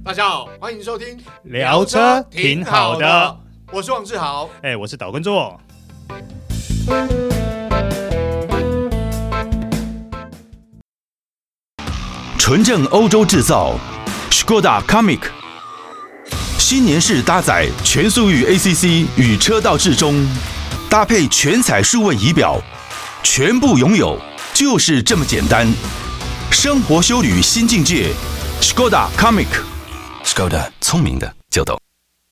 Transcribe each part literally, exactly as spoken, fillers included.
大家好，欢迎收听聊车挺好的， 我是王志豪， 哎、欸，我是岛根座。 纯正欧洲制造 Škoda Kamiq， 新年式搭载全速域 A C C 与车道智中，搭配全彩数位仪表，全部拥有就是这么简单。生活休旅新境界 Škoda Kamiq， Škoda 聪明的就懂。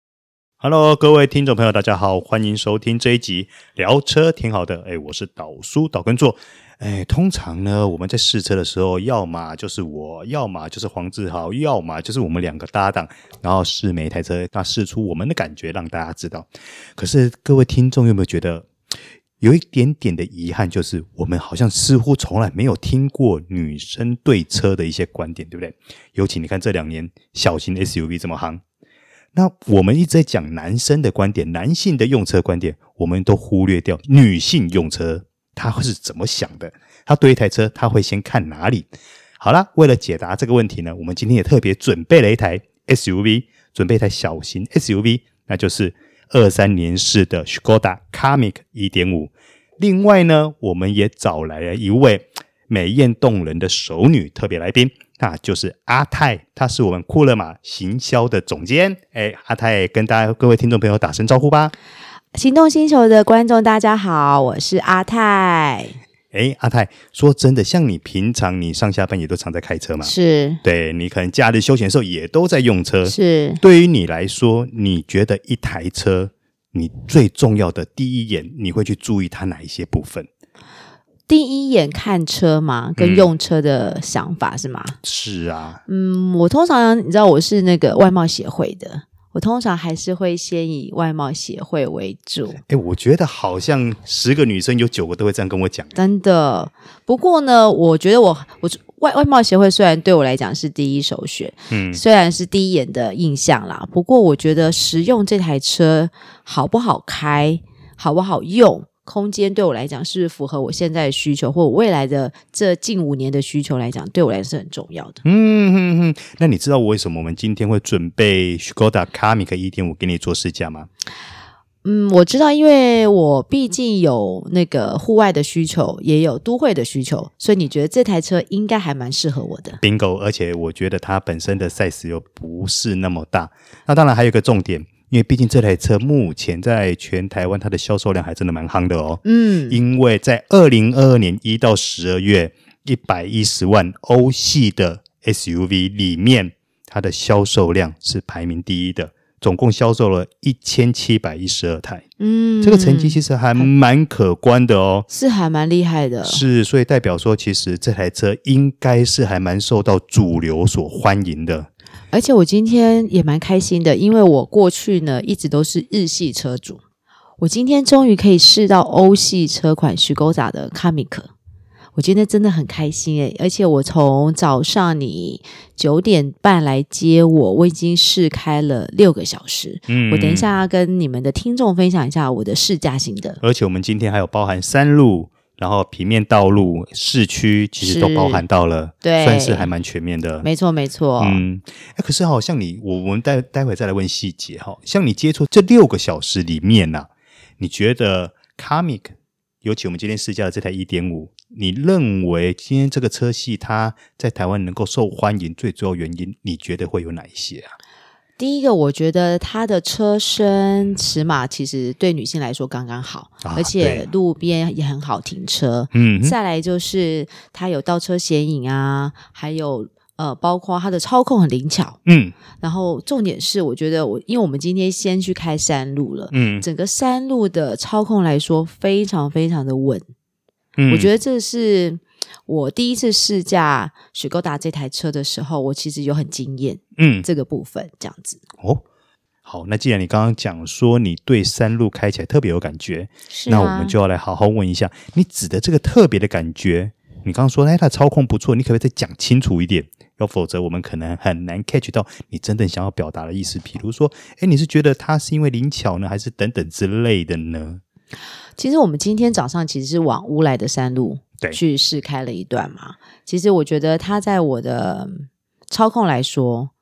Hello， 各位听众朋友，大家好，欢迎收听这一集聊车挺好的。哎，我是岛叔岛根座。哎，通常呢，我们在试车的时候，要么就是我，要么就是黄志豪，要么就是我们两个搭档，然后试每一台车，那试出我们的感觉，让大家知道。可是各位听众有没有觉得有一点点的遗憾，就是我们好像似乎从来没有听过女生对车的一些观点，对不对？尤其你看这两年小型 S U V 这么夯，那我们一直在讲男生的观点，男性的用车观点，我们都忽略掉女性用车他是怎么想的，他对一台车他会先看哪里。好啦，为了解答这个问题呢，我们今天也特别准备了一台 S U V， 准备一台小型 S U V， 那就是二三年式的 Škoda Kamiq 一点五。 另外呢，我们也找来了一位美艳动人的熟女特别来宾，那就是阿泰，她是我们库勒马行销的总监。哎，阿泰跟大家各位听众朋友打声招呼吧。 行动星球的观众大家好，我是阿泰。 哎，阿泰，说真的，像你平常你上下班也都常在开车嘛？ 是。 对，你可能假日休闲的时候也都在用车。 是。对于你来说，你觉得一台车你最重要的第一眼你会去注意它哪一些部分？ 第一眼看车嘛，跟用车的想法、嗯、是吗？ 是啊。 嗯，我通常你知道我是那个外貌协会的，我通常还是会先以外貌协会为主。 诶，我觉得好像十个女生有九个都会这样跟我讲。 真的。不过呢，我觉得我我外外貌协会虽然对我来讲是第一首选，嗯，虽然是第一眼的印象啦，不过我觉得实用这台车好不好开，好不好用，空间对我来讲是符合我现在的需求，或我未来的这近五年的需求来讲，对我来讲是很重要的。 嗯哼哼，那你知道为什么我们今天会准备 Škoda Kamiq 一点五 给你做试驾吗？ 嗯，我知道，因为我毕竟有那个户外的需求，也有都会的需求，所以你觉得这台车应该还蛮适合我的。 Bingo， 而且我觉得它本身的 size 又不是那么大。那当然还有一个重点，因为毕竟这台车目前在全台湾它的销售量还真的蛮夯的哦。嗯，因为在二零二二年一到十二月一百一十万欧系的 S U V 里面，它的销售量是排名第一的，总共销售了一千七百一十二台。嗯，这个成绩其实还蛮可观的哦， 是还蛮厉害的。 是，所以代表说其实这台车应该是还蛮受到主流所欢迎的。 而且我今天也蛮开心的，因为我过去呢一直都是日系车主，我今天终于可以试到欧系车款 Škoda 的 Kamiq， 我今天真的很开心耶。而且我从早上你九点半来接我，我已经试开了六个小时。嗯，我等一下跟你们的听众分享一下我的试驾心得。 而且我们今天还有包含山路，然后平面道路、市区，其实都包含到了，对，算是还蛮全面的。 没错没错。 嗯，可是好像你，我我们待待会再来问细节哈。像你接触这六个小时里面啊，你觉得 Kamiq， 尤其我们今天试驾的这台 一点五， 你认为今天这个车系它在台湾能够受欢迎，最主要原因你觉得会有哪一些啊？ 第一个，我觉得它的车身尺码其实对女性来说刚刚好，啊、而且路边也很好停车。嗯，再来就是它有倒车显影啊，还有呃，包括它的操控很灵巧。嗯，然后重点是，我觉得我因为我们今天先去开山路了，嗯，整个山路的操控来说非常非常的稳。嗯，我觉得这是我第一次试驾 Škoda 这台车的时候，我其实有很惊艳，嗯，这个部分这样子。 哦，好，那既然你刚刚讲说你对山路开起来特别有感觉，是啊，那我们就要来好好问一下，你指的这个特别的感觉，你刚刚说哎，它操控不错，你可不可以再讲清楚一点？要否则我们可能很难 catch 到你真正想要表达的意思。比如说，哎，你是觉得它是因为灵巧呢，还是等等之类的呢？ 其实我们今天早上其实是往乌来的山路去试开了一段嘛。其实我觉得它在我的操控来说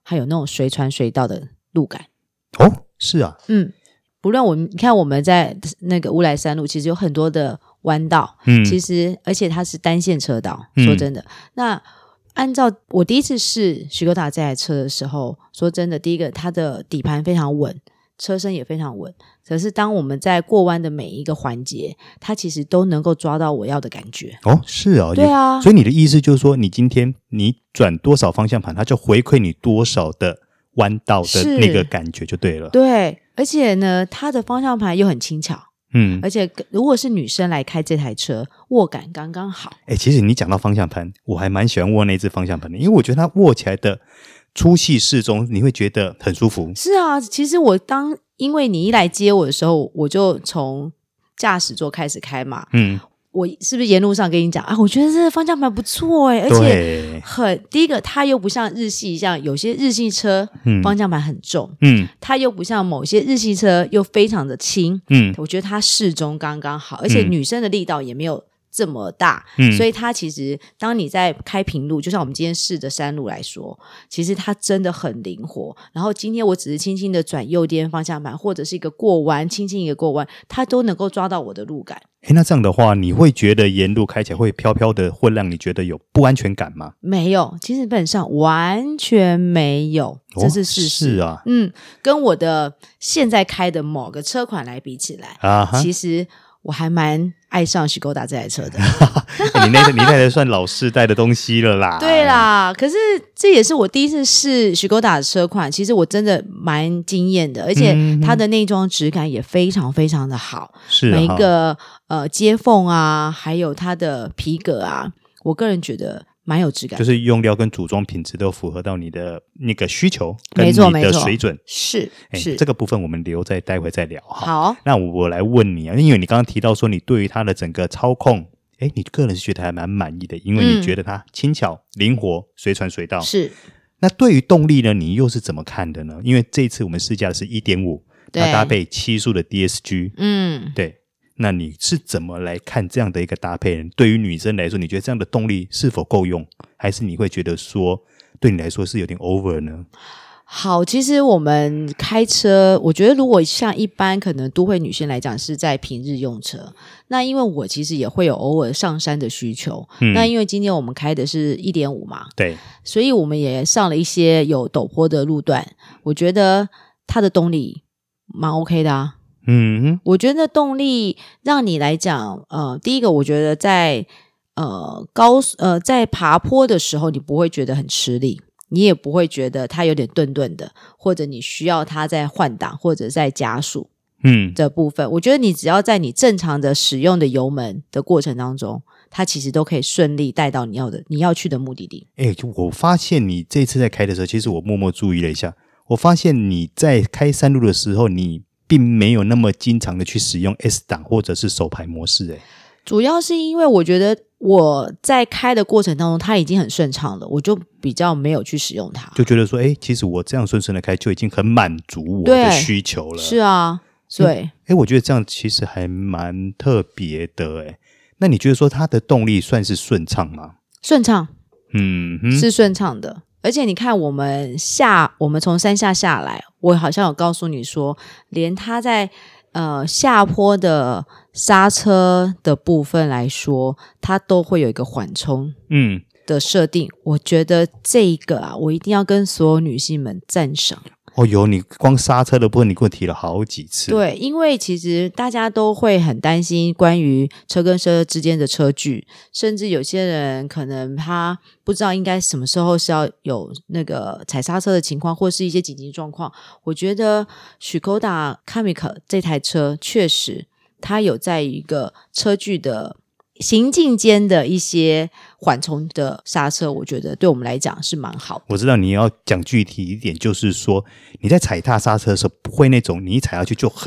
还有那种随传随到的路感。 哦，是啊， 嗯，不论我们你看我们在那个乌来山路，其实有很多的弯道，嗯，其实而且它是单线车道，嗯、说真的，那按照我第一次试Škoda这台车的时候，说真的，第一个它的底盘非常稳，车身也非常稳，可是当我们在过弯的每一个环节，它其实都能够抓到我要的感觉。 哦，是哦， 对啊， 所以你的意思就是说，你今天你转多少方向盘，它就回馈你多少的弯道的那个感觉就对了。 对，而且呢，它的方向盘又很轻巧。嗯，而且如果是女生来开这台车，握感刚刚好。 哎、欸，其实你讲到方向盘，我还蛮喜欢握那只方向盘的，因为我觉得它握起来的粗细适中，你会觉得很舒服。 是啊，其实我当因为你一来接我的时候，我就从驾驶座开始开嘛。嗯。我是不是沿路上跟你讲啊？我觉得这个方向盘不错哎，而且很第一个，它又不像日系一样，有些日系车方向盘很重，嗯，它又不像某些日系车又非常的轻，嗯，我觉得它适中刚刚好，而且女生的力道也没有这么大，嗯，所以它其实当你在开平路，就像我们今天试的山路来说，其实它真的很灵活。然后今天我只是轻轻的转右颠方向盘，或者是一个过弯，轻轻一个过弯，它都能够抓到我的路感。 诶，那这样的话，你会觉得沿路开起来会飘飘的，会让你觉得有不安全感吗？ 没有，其实基本上完全没有，这是事实。 哦、是啊， 嗯，跟我的现在开的某个车款来比起来，啊、其实我还蛮爱上Škoda这台车的。 你那你那台算老世代的东西了啦。 对啦，可是这也是我第一次试Škoda的车款，其实我真的蛮惊艳的，而且它的内装质感也非常非常的好。是、啊、每一个呃接缝啊，还有它的皮革啊，我个人觉得蛮有质感， 就是用料跟组装品质都符合到你的那个需求跟你的水准。 是是， 这个部分我们留在待会再聊。 好， 那我来问你啊，因为你刚刚提到说你对于它的整个操控，哎，你个人是觉得还蛮满意的，因为你觉得它轻巧、灵活、随传随到。 是。 那对于动力呢，你又是怎么看的呢？因为这一次我们试驾的是 一点五， 它搭配七速的 D S G。嗯，对。那你是怎么来看这样的一个搭配呢？对于女生来说，你觉得这样的动力是否够用，还是你会觉得说对你来说是有点 over 呢？ 好，其实我们开车，我觉得如果像一般可能都会女性来讲是在平日用车，那因为我其实也会有偶尔上山的需求、嗯、那因为今天我们开的是 一点五 嘛， 对， 所以我们也上了一些有陡坡的路段，我觉得它的动力蛮 OK 的啊。嗯，我觉得动力让你来讲，呃，第一个我觉得在呃高呃在爬坡的时候，你不会觉得很吃力，你也不会觉得它有点顿顿的，或者你需要它在换挡或者在加速，嗯，这部分，我觉得你只要在你正常的使用的油门的过程当中，它其实都可以顺利带到你要的你要去的目的地。 哎，我发现你这次在开的时候，其实我默默注意了一下，我发现你在开山路的时候，你并没有那么经常的去使用 S 档或者是手排模式。诶， 主要是因为我觉得我在开的过程当中它已经很顺畅了，我就比较没有去使用它， 就觉得说诶，其实我这样顺顺的开就已经很满足我的需求了。 是啊，对。 诶，我觉得这样其实还蛮特别的。诶，那你觉得说它的动力算是顺畅吗？ 顺畅，嗯哼，是顺畅的。而且你看我们下我们从山下下来，我好像有告诉你说连它在呃下坡的刹车的部分来说，它都会有一个缓冲嗯的设定、嗯、我觉得这一个啊，我一定要跟所有女性们赞赏。 哦哟，你光刹车的部分你给我提了好几次。 对，因为其实大家都会很担心关于车跟车之间的车距，甚至有些人可能他不知道应该什么时候是要有那个踩刹车的情况，或是一些紧急状况。我觉得 Škoda Kamiq 这台车确实它有在一个车距的行进间的一些缓冲的刹车，我觉得对我们来讲是蛮好的。 我知道你要讲具体一点，就是说你在踩踏刹车的时候不会那种你一踩下去就很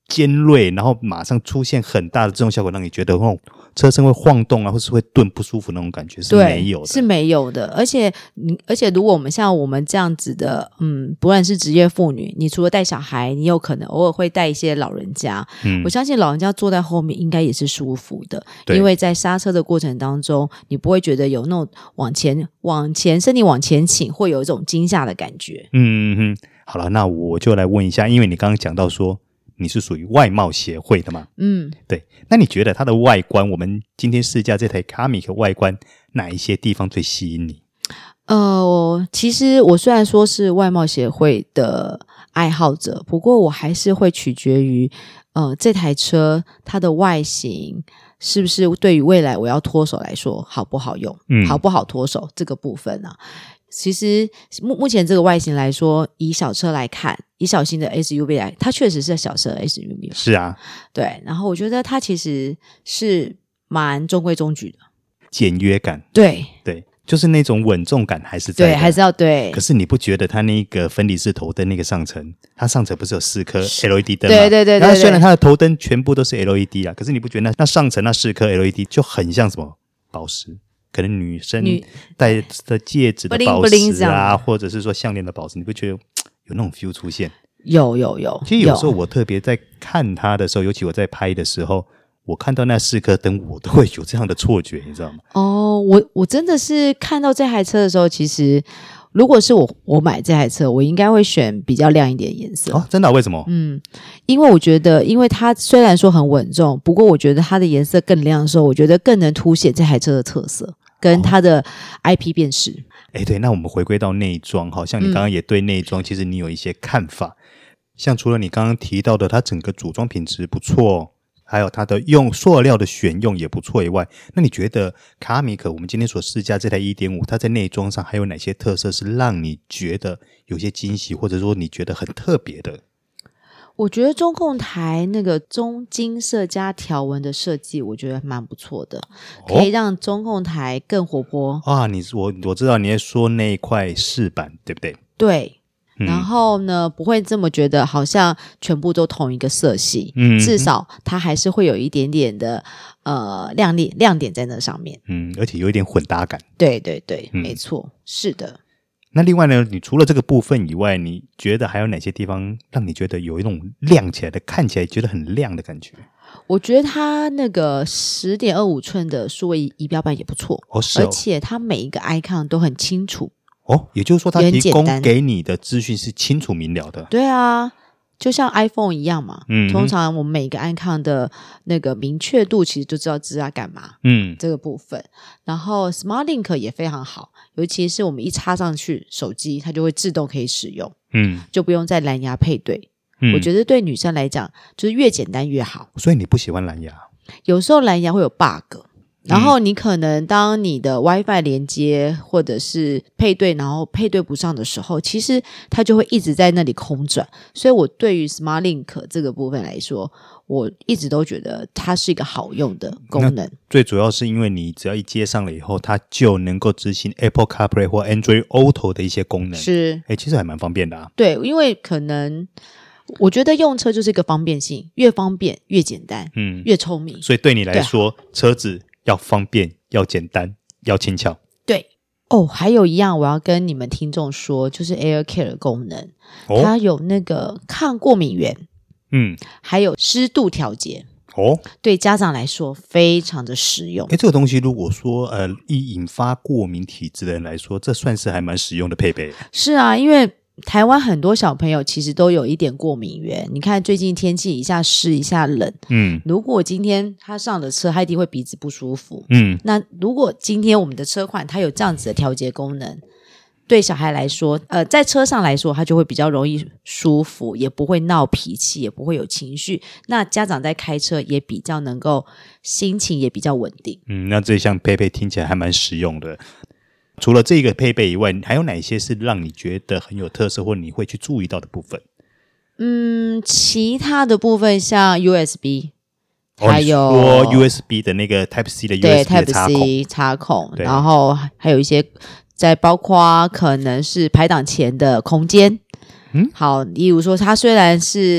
尖锐，然后马上出现很大的震动效果，让你觉得哦，车身会晃动啊，或是会顿不舒服那种感觉是没有的， 是没有的。而且，而且如果我们像我们这样子的，嗯，不论是职业妇女，你除了带小孩，你有可能偶尔会带一些老人家，嗯，我相信老人家坐在后面应该也是舒服的，因为在刹车的过程当中，你不会觉得有那种往前、往前身体往前倾，会有一种惊吓的感觉。 嗯嗯嗯，好了，那我就来问一下，因为你刚刚讲到说。你是属于外貌协会的吗？ 嗯， 对。那你觉得它的外观，我们今天试驾这台 Kamiq 外观，哪一些地方最吸引你？ 呃，其实我虽然说是外貌协会的爱好者，不过我还是会取决于呃这台车它的外形是不是对于未来我要脱手来说好不好用，嗯，好不好脱手这个部分啊。其实目目前这个外形来说，以小车来看，以小型的 S U V 来，它确实是小车 S U V。 是啊， 对。然后我觉得它其实是蛮中规中矩的， 简约感。 对对，就是那种稳重感还是在的， 对，还是要对。 可是你不觉得它那个分离式头灯那个上层，它上层不是有四颗 L E D 灯吗？ 对对对对对。 然后虽然它的头灯全部都是 L E D 啊，可是你不觉得那那上层那四颗 L E D 就很像什么宝石？可能女生戴的戒指的宝石啊，或者是说项链的宝石，你不觉得有那种 feel 出现？ 有有有。 其实有时候我特别在看它的时候，尤其我在拍的时候，我看到那四颗灯，我都会有这样的错觉，你知道吗？ 哦，我我真的是看到这台车的时候，其实如果是我我买这台车，我应该会选比较亮一点的颜色。 哦，真的、啊？为什么？ 嗯，因为我觉得，因为它虽然说很稳重，不过我觉得它的颜色更亮的时候，我觉得更能凸显这台车的特色。跟它的 I P 辨识。 哎、哦，对，那我们回归到内装，好像你刚刚也对内装、嗯、其实你有一些看法。像除了你刚刚提到的它整个组装品质不错，还有它的用塑料的选用也不错以外，那你觉得 Kamiq 我们今天所试驾这台 一点五 它在内装上还有哪些特色是让你觉得有些惊喜，或者说你觉得很特别的？ 我觉得中控台那个中金色加条纹的设计，我觉得蛮不错的，可以让中控台更活泼。 啊，你我我知道你在说那一块饰板，对不对？ 对。嗯、然后呢，不会这么觉得好像全部都同一个色系，嗯，至少它还是会有一点点的呃亮丽亮点在那上面， 嗯，而且有一点混搭感。 对对对，嗯、没错，是的。 那另外呢，你除了这个部分以外，你觉得还有哪些地方让你觉得有一种亮起来的，看起来觉得很亮的感觉？ 我觉得它那个 十点二五 寸的数位仪表板也不错， 哦，是哦， 而且它每一个 icon 都很清楚。 哦，也就是说它提供给你的资讯是清楚明了的。 对啊，就像 iPhone 一样嘛，嗯，通常我们每个 icon 的那个明确度其实就知道知道干嘛，嗯，这个部分。然后 SmartLink 也非常好，尤其是我们一插上去手机，它就会自动可以使用，嗯，就不用再蓝牙配对。嗯，我觉得对女生来讲，就是越简单越好。 所以你不喜欢蓝牙？ 有时候蓝牙会有 bug。然后你可能当你的 WiFi 连接或者是配对，然后配对不上的时候，其实它就会一直在那里空转。所以我对于 SmartLink 这个部分来说，我一直都觉得它是一个好用的功能。 最主要是因为你只要一接上了以后，它就能够执行 Apple CarPlay 或 Android Auto 的一些功能。 是， 诶，其实还蛮方便的啊。 对，因为可能我觉得用车就是一个方便性，越方便越简单，嗯，越聪明。 所以对你来说，车子要方便，要简单，要轻巧。 对哦，还有一样我要跟你们听众说，就是 AirCare 的功能，哦、它有那个抗过敏源，嗯，还有湿度调节。哦，对家长来说非常的实用。 诶，这个东西如果说呃，以引发过敏体质的人来说，这算是还蛮实用的配备。 是啊，因为台湾很多小朋友其实都有一点过敏源，你看最近天气一下湿一下冷，嗯，如果今天他上了车，他一定会鼻子不舒服，嗯，那如果今天我们的车款它有这样子的调节功能，对小孩来说，呃，在车上来说，他就会比较容易舒服，也不会闹脾气，也不会有情绪。那家长在开车也比较能够心情也比较稳定。 嗯，那这项配备听起来还蛮实用的。除了这个配备以外，还有哪些是让你觉得很有特色或你会去注意到的部分？ 嗯，其他的部分像 U S B， 哦、 还有说 U S B 的那个 Type C 的 U S B 的插孔， 对 Type C 插孔，然后还有一些再包括可能是排档前的空间。嗯，好，例如说它虽然是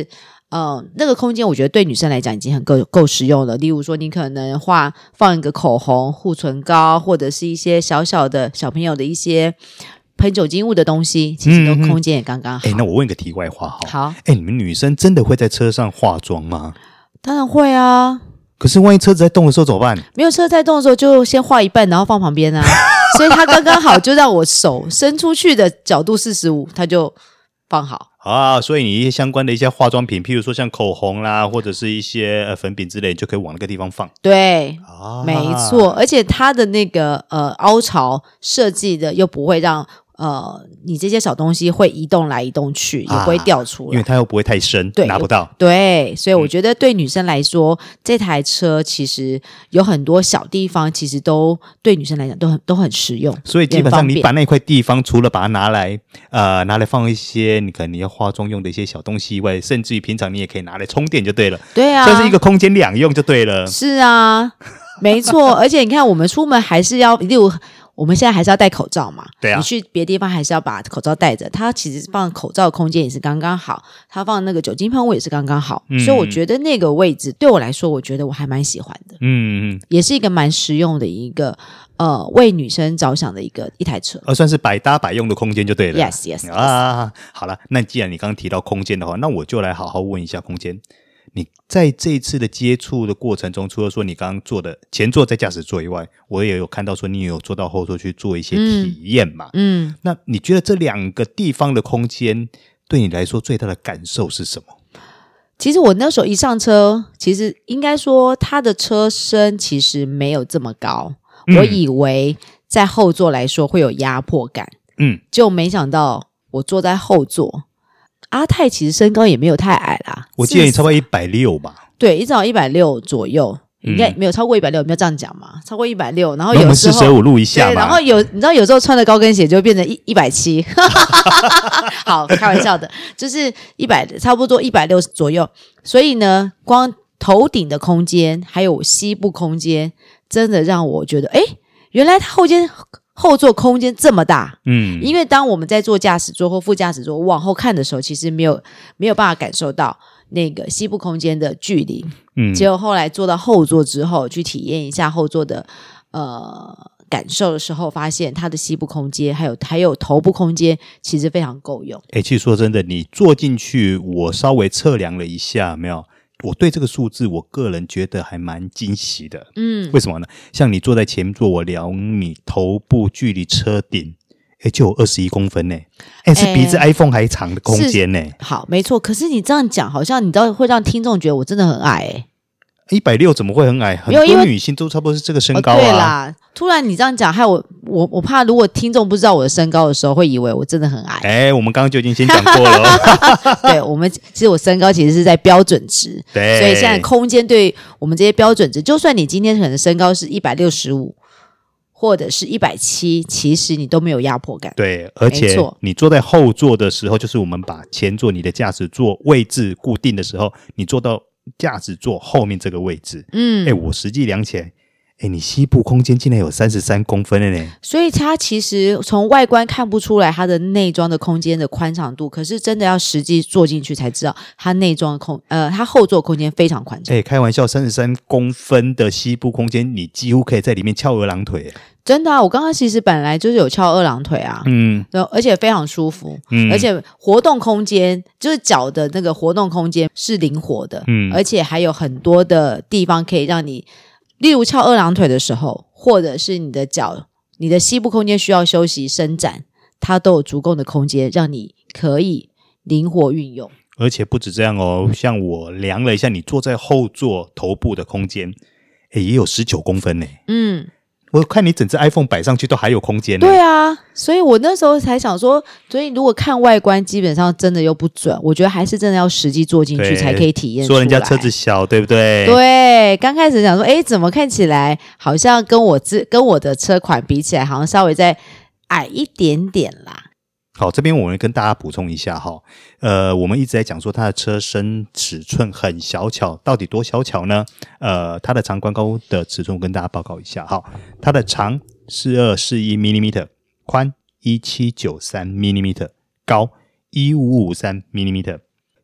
呃，那个空间我觉得对女生来讲已经很够够实用了。例如说，你可能画放一个口红、护唇膏，或者是一些小小的小朋友的一些喷酒精雾的东西，其实都空间也刚刚好。 哎、嗯，那我问一个题外话哈， 好， 哎，你们女生真的会在车上化妆吗？ 当然会啊。 可是万一车子在动的时候怎么办？ 没有车在动的时候，就先画一半，然后放旁边啊。所以它刚刚好，就让我手伸出去的角度四十五，它就放好。 啊，所以你一些相关的一些化妆品，譬如说像口红啦，或者是一些呃粉饼之类，就可以往那个地方放。 对， 啊， 没错，而且它的那个呃凹槽设计的又不会让呃你这些小东西会移动来移动去，也不会掉出来， 因为它又不会太深， 对， 拿不到。 对，所以我觉得对女生来说，嗯、这台车其实有很多小地方，其实都对女生来讲都很都很实用。 所以基本上你把那块地方，除了把它拿来呃拿来放一些你可能你要化妆用的一些小东西以外，甚至于平常你也可以拿来充电就对了。 对啊， 算是一个空间两用就对了。 是啊，没错。而且你看，我们出门还是要，例如我们现在还是要戴口罩嘛， 对啊， 你去别的地方还是要把口罩戴着。它其实放口罩的空间也是刚刚好，它放那个酒精喷雾也是刚刚好，嗯、所以我觉得那个位置对我来说，我觉得我还蛮喜欢的。嗯嗯，也是一个蛮实用的一个呃为女生着想的一个一台车， 呃，算是百搭百用的空间就对了。 Yes yes, yes. 啊，好了，那既然你刚刚提到空间的话，那我就来好好问一下空间。你在这一次的接触的过程中，除了说你刚刚做的前座在驾驶座以外，我也有看到说你有坐到后座去做一些体验嘛。嗯，嗯那你觉得这两个地方的空间对你来说最大的感受是什么？ 其实我那时候一上车，其实应该说它的车身其实没有这么高，嗯、我以为在后座来说会有压迫感，嗯，就没想到我坐在后座。阿泰其实身高也没有太矮啦， 我记得你差不多一百六吧？ 对，一直到一百六左右，应该没有超过一百六，没有这样讲嘛？超过一百六，然后有时候我们四舍五入一下嘛， 对，然后有你知道有时候穿的高跟鞋就会变成一一百七，好，开玩笑的，就是一百差不多一百六左右，所以呢，光头顶的空间还有膝部空间，真的让我觉得，哎，原来它后间。后座空间这么大，嗯，因为当我们在坐驾驶座或副驾驶座往后看的时候，其实没有没有办法感受到那个膝部空间的距离，嗯，结果后来坐到后座之后，去体验一下后座的呃感受的时候，发现它的膝部空间还有还有头部空间其实非常够用。 哎，其实说真的，你坐进去，我稍微测量了一下，没有。我对这个数字，我个人觉得还蛮惊喜的。嗯，为什么呢？像你坐在前座，我量你头部距离车顶，哎，就有二十一公分呢，哎，是比这 iPhone 还长的空间呢。 好，没错。可是你这样讲，好像你知道会让听众觉得我真的很矮哎。 一百六怎么会很矮？很多女性都差不多是这个身高啊。 哦、对啦，突然你这样讲，害我我我怕，如果听众不知道我的身高的时候，会以为我真的很矮。 哎，我们刚刚就已经先讲过了。 对，我们其实我身高其实是在标准值， 对， 所以现在空间对我们这些标准值，就算你今天可能身高是一百六十五或者是一百七，其实你都没有压迫感。 对，而且你坐在后座的时候，就是我们把前座你的驾驶座位置固定的时候，你坐到驾驶座后面这个位置，嗯，哎，我实际量起来，哎，你膝部空间竟然有三十三公分了呢。 所以它其实从外观看不出来它的内装的空间的宽敞度，可是真的要实际坐进去才知道，它内装的空呃，它后座空间非常宽敞。 哎，开玩笑，三十三公分的膝部空间，你几乎可以在里面翘二郎腿。 真的啊，我刚刚其实本来就是有翘二郎腿啊，嗯，而且非常舒服，嗯，而且活动空间就是脚的那个活动空间是灵活的，嗯，而且还有很多的地方可以让你，例如翘二郎腿的时候，或者是你的脚、你的膝部空间需要休息伸展，它都有足够的空间让你可以灵活运用。 而且不止这样哦，像我量了一下，你坐在后座头部的空间，诶，也有十九公分呢，嗯。我看你整只 iPhone 摆上去都还有空间呢。 对啊，所以我那时候才想说，所以如果看外观基本上真的又不准，我觉得还是真的要实际坐进去才可以体验出来。 说人家车子小，对不对？ 对，刚开始想说，诶，怎么看起来好像跟我自跟我的车款比起来，好像稍微再矮一点点啦。 好，这边我们跟大家补充一下哈，呃，我们一直在讲说它的车身尺寸很小巧，到底多小巧呢？呃，它的长宽高的尺寸我跟大家报告一下哈，它的长四二四一 millimeter， 宽一七九三 millimeter， 高一五五三 millimeter。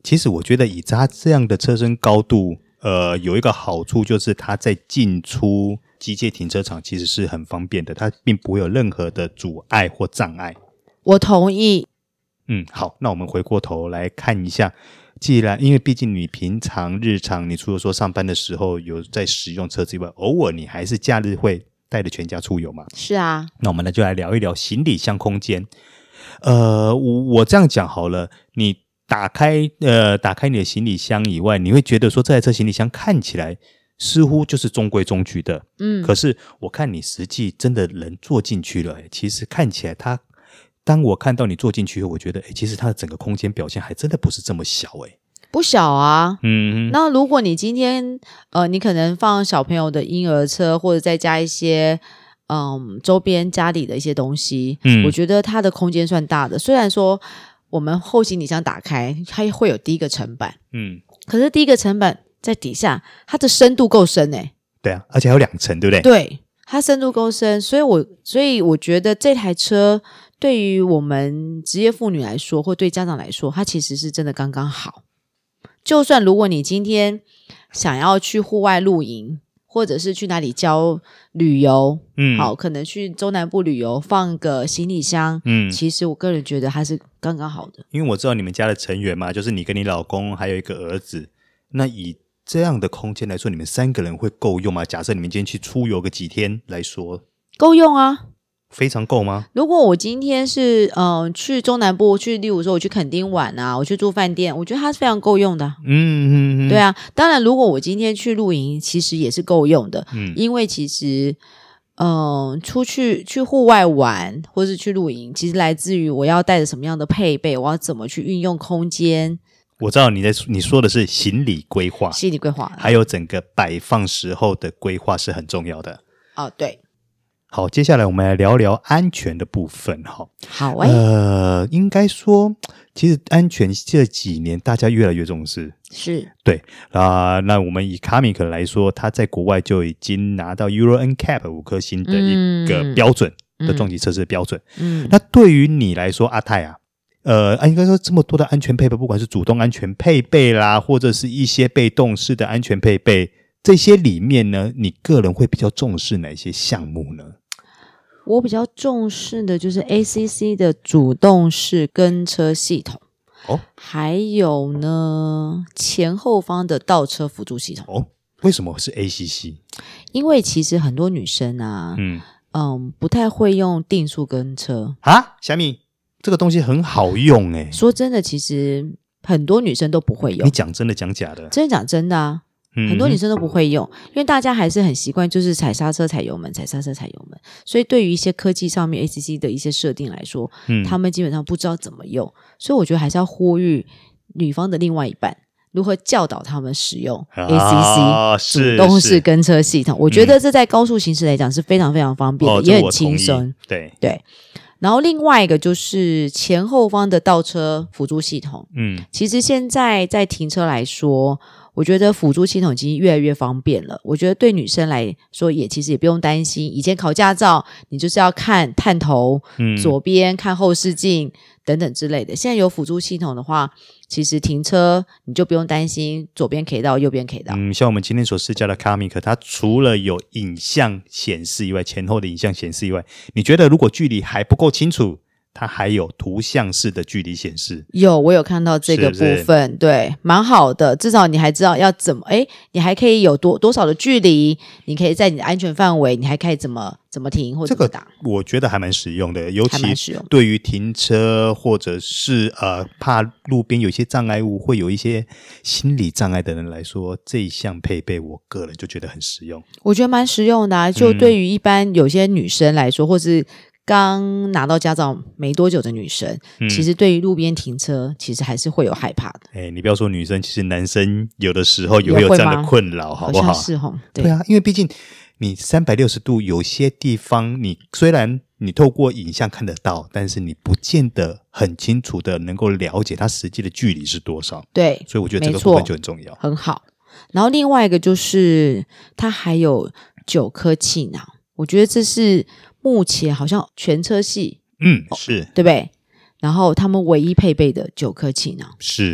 其实我觉得以它这样的车身高度，呃，有一个好处就是它在进出机械停车场其实是很方便的，它并不会有任何的阻碍或障碍。 我同意。 嗯，好，那我们回过头来看一下，既然因为毕竟你平常日常，你除了说上班的时候有在使用车子以外，偶尔你还是假日会带着全家出游嘛？ 是啊。 那我们呢就来聊一聊行李箱空间。呃，我我这样讲好了，你打开呃打开你的行李箱以外，你会觉得说这台车行李箱看起来似乎就是中规中矩的，嗯，可是我看你实际真的人坐进去了，其实看起来它。当我看到你坐进去后，我觉得诶其实它的整个空间表现还真的不是这么小诶不小啊。 嗯， 那如果你今天呃你可能放小朋友的婴儿车，或者再加一些嗯周边家里的一些东西，嗯，我觉得它的空间算大的。虽然说我们后行李箱打开它会有第一个层板，嗯，可是第一个层板在底下，它的深度够深诶对啊，而且还有两层，对不对？ 对，它深度够深，所以我所以我觉得这台车对于我们职业妇女来说，或对家长来说，它其实是真的刚刚好。就算如果你今天想要去户外露营，或者是去哪里郊旅游，嗯，好，可能去中南部旅游，放个行李箱，嗯，其实我个人觉得它是刚刚好的。 因为我知道你们家的成员嘛，就是你跟你老公还有一个儿子，那以这样的空间来说，你们三个人会够用吗？假设你们今天去出游个几天来说， 够用啊。 非常够吗？ 如果我今天是呃去中南部，去例如说我去垦丁玩啊，我去住饭店，我觉得它是非常够用的。嗯嗯嗯，对啊。当然，如果我今天去露营，其实也是够用的。嗯，因为其实嗯、呃、出去去户外玩或是去露营，其实来自于我要带着什么样的配备，我要怎么去运用空间。 我知道你在你说的是行李规划， 行李规划， 还有整个摆放时候的规划是很重要的。 哦，对。 好，接下来我们来聊聊安全的部分哈。 好诶、 呃，应该说，其实安全这几年大家越来越重视， 是对啊、呃。那我们以 Kamiq 来说，它在国外就已经拿到 Euro N C A P 五颗星的一个标准、嗯、的重级测试的标准。嗯，那对于你来说，阿泰啊，呃，应该说这么多的安全配备，不管是主动安全配备啦，或者是一些被动式的安全配备，这些里面呢，你个人会比较重视哪些项目呢？ 我比较重视的就是 A C C 的主动式跟车系统，哦，还有呢前后方的倒车辅助系统。 哦，为什么是 A C C？ 因为其实很多女生啊，嗯嗯，不太会用定速跟车啊。小米，这个东西很好用诶。 说真的，其实很多女生都不会用。 你讲真的讲假的？ 真的讲真的啊。很多女生都不会用，因为大家还是很习惯就是踩刹车踩油门踩刹车踩油门，所以对于一些科技上面 A C C 的一些设定来说、嗯、他们基本上不知道怎么用，所以我觉得还是要呼吁女方的另外一半如何教导他们使用 A C C、啊、主动式跟车系统。我觉得这在高速行驶来讲是非常非常方便的、哦、也很轻松。 对对。然后另外一个就是前后方的倒车辅助系统。嗯，其实现在在停车来说，我觉得辅助系统已经越来越方便了。我觉得对女生来说也其实也不用担心，以前考驾照你就是要看探头、嗯、左边看后视镜等等之类的，现在有辅助系统的话，其实停车你就不用担心左边可以到右边可以到。 嗯，像我们今天所试驾的 Kamiq， 它除了有影像显示以外，前后的影像显示以外，你觉得如果距离还不够清楚，它还有图像式的距离显示？ 有，我有看到这个部分，是是对，蛮好的，至少你还知道要怎么，诶，你还可以有多多少的距离，你可以在你的安全范围，你还可以怎么怎么停或者怎么打。 这个我觉得还蛮实用的，尤其对于停车或者是呃怕路边有一些障碍物，会有一些心理障碍的人来说，这一项配备我个人就觉得很实用。 我觉得蛮实用的啊，就对于一般有些女生来说，嗯、或是刚拿到驾照没多久的女生、嗯、其实对于路边停车其实还是会有害怕的。 哎，你不要说女生，其实男生有的时候也会有这样的困扰，好不好？ 好像是齁，对。 对啊，因为毕竟你三百六十度有些地方你虽然你透过影像看得到，但是你不见得很清楚的能够了解它实际的距离是多少。 对， 所以我觉得这个部分就很重要。 很好。然后另外一个就是它还有九颗气囊，我觉得这是目前好像全车系， 嗯，是、哦、 对不对？然后他们唯一配备的九颗气囊， 是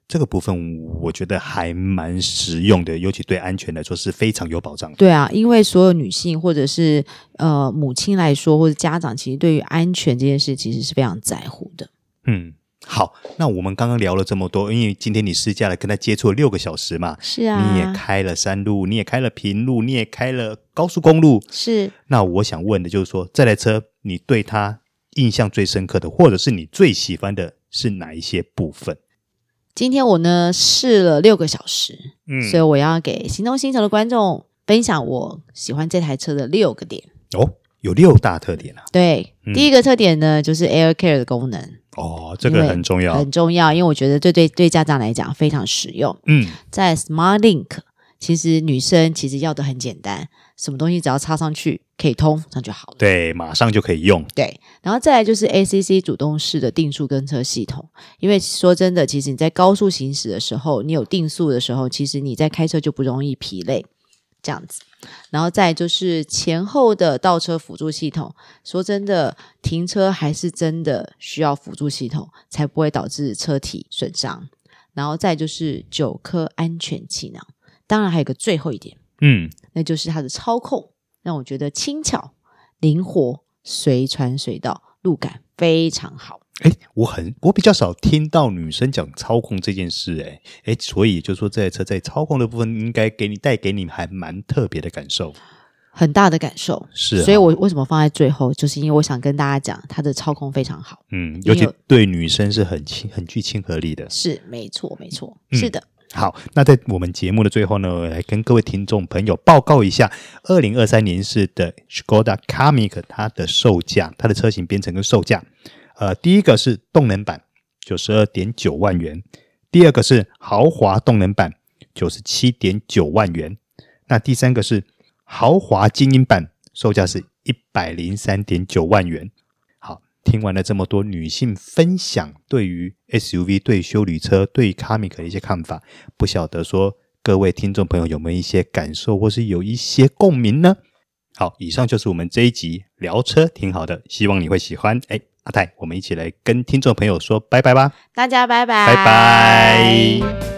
这个部分我觉得还蛮实用的，尤其对安全来说是非常有保障的。 对啊，因为所有女性或者是呃母亲来说，或者家长，其实对于安全这件事其实是非常在乎的。 嗯，好，那我们刚刚聊了这么多，因为今天你试驾了跟他接触了六个小时嘛， 是啊， 你也开了山路，你也开了平路，你也开了高速公路， 是。 那我想问的就是说，这台车你对它印象最深刻的，或者是你最喜欢的是哪一些部分？ 今天我呢试了六个小时，嗯，所以我要给行动星球的观众分享我喜欢这台车的六个点。 哦，有六大特点啊。 对，嗯、第一个特点呢就是 Air Care 的功能。 哦，这个很重要， 很重要，因为我觉得这对对家长来讲非常实用。嗯，在 Smart Link， 其实女生其实要的很简单，什么东西只要插上去可以通，这样就好了。 对，马上就可以用。 对，然后再来就是 A C C 主动式的定速跟车系统，因为说真的，其实你在高速行驶的时候，你有定速的时候，其实你在开车就不容易疲累，这样子。然后再来就是前后的倒车辅助系统，说真的，停车还是真的需要辅助系统，才不会导致车体损伤。然后再来就是九颗安全气囊，当然还有个最后一点，嗯，那就是它的操控，让我觉得轻巧、灵活、随传随到，路感非常好。 诶，我很我比较少听到女生讲操控这件事，诶诶，所以就是说这台车在操控的部分应该给你带给你还蛮特别的感受， 很大的感受。 是、啊， 所以我为什么放在最后，就是因为我想跟大家讲它的操控非常好， 嗯，尤其对女生是很亲很具亲和力的。 是，没错没错、嗯、是的。 好，那在我们节目的最后呢，我来跟各位听众朋友报告一下二零二三年式的 Škoda Kamiq 它的售价，它的车型编程跟售价。呃，第一个是动能版 九十二点九万元，第二个是豪华动能版 九十七点九万元，那第三个是豪华精英版，售价是 一百零三点九万元。好，听完了这么多女性分享对于 S U V 对休旅车对 Kamiq 的一些看法，不晓得说各位听众朋友有没有一些感受或是有一些共鸣呢？好，以上就是我们这一集聊车挺好的，希望你会喜欢。诶阿泰，我们一起来跟听众朋友说拜拜吧， 大家拜拜， 拜拜。